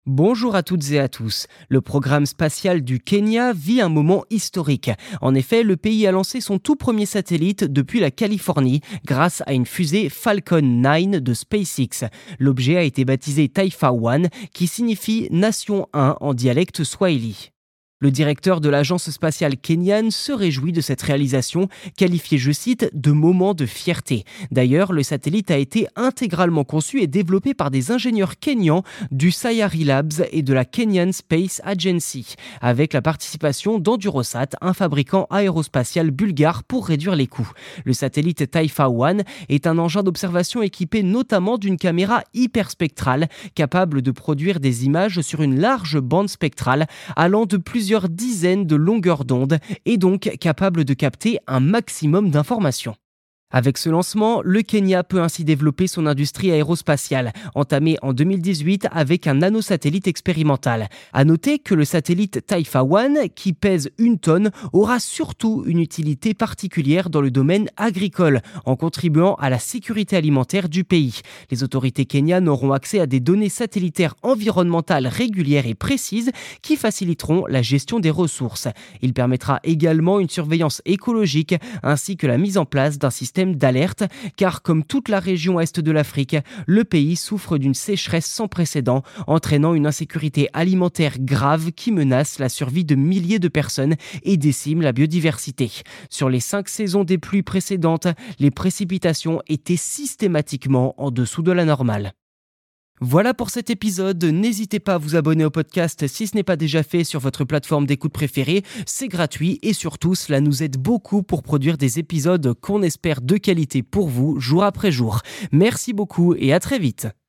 Bonjour à toutes et à tous. Le programme spatial du Kenya vit un moment historique. En effet, le pays a lancé son tout premier satellite depuis la Californie grâce à une fusée Falcon 9 de SpaceX. L'objet a été baptisé Taifa One, qui signifie Nation 1 en dialecte swahili. Le directeur de l'agence spatiale kenyane se réjouit de cette réalisation, qualifiée, je cite, de moment de fierté. D'ailleurs, le satellite a été intégralement conçu et développé par des ingénieurs kenyans du Sayari Labs et de la Kenyan Space Agency, avec la participation d'Endurosat, un fabricant aérospatial bulgare pour réduire les coûts. Le satellite Taifa One est un engin d'observation équipé notamment d'une caméra hyperspectrale, capable de produire des images sur une large bande spectrale allant de plusieurs dizaines de longueurs d'onde et donc capable de capter un maximum d'informations. Avec ce lancement, le Kenya peut ainsi développer son industrie aérospatiale, entamée en 2018 avec un nanosatellite expérimental. À noter que le satellite Taifa One, qui pèse 1 tonne, aura surtout une utilité particulière dans le domaine agricole, en contribuant à la sécurité alimentaire du pays. Les autorités kenyanes auront accès à des données satellitaires environnementales régulières et précises qui faciliteront la gestion des ressources. Il permettra également une surveillance écologique ainsi que la mise en place d'un système d'alerte, car comme toute la région est de l'Afrique, le pays souffre d'une sécheresse sans précédent, entraînant une insécurité alimentaire grave qui menace la survie de milliers de personnes et décime la biodiversité. Sur les 5 saisons des pluies précédentes, les précipitations étaient systématiquement en dessous de la normale. Voilà pour cet épisode, n'hésitez pas à vous abonner au podcast si ce n'est pas déjà fait sur votre plateforme d'écoute préférée, c'est gratuit et surtout cela nous aide beaucoup pour produire des épisodes qu'on espère de qualité pour vous jour après jour. Merci beaucoup et à très vite.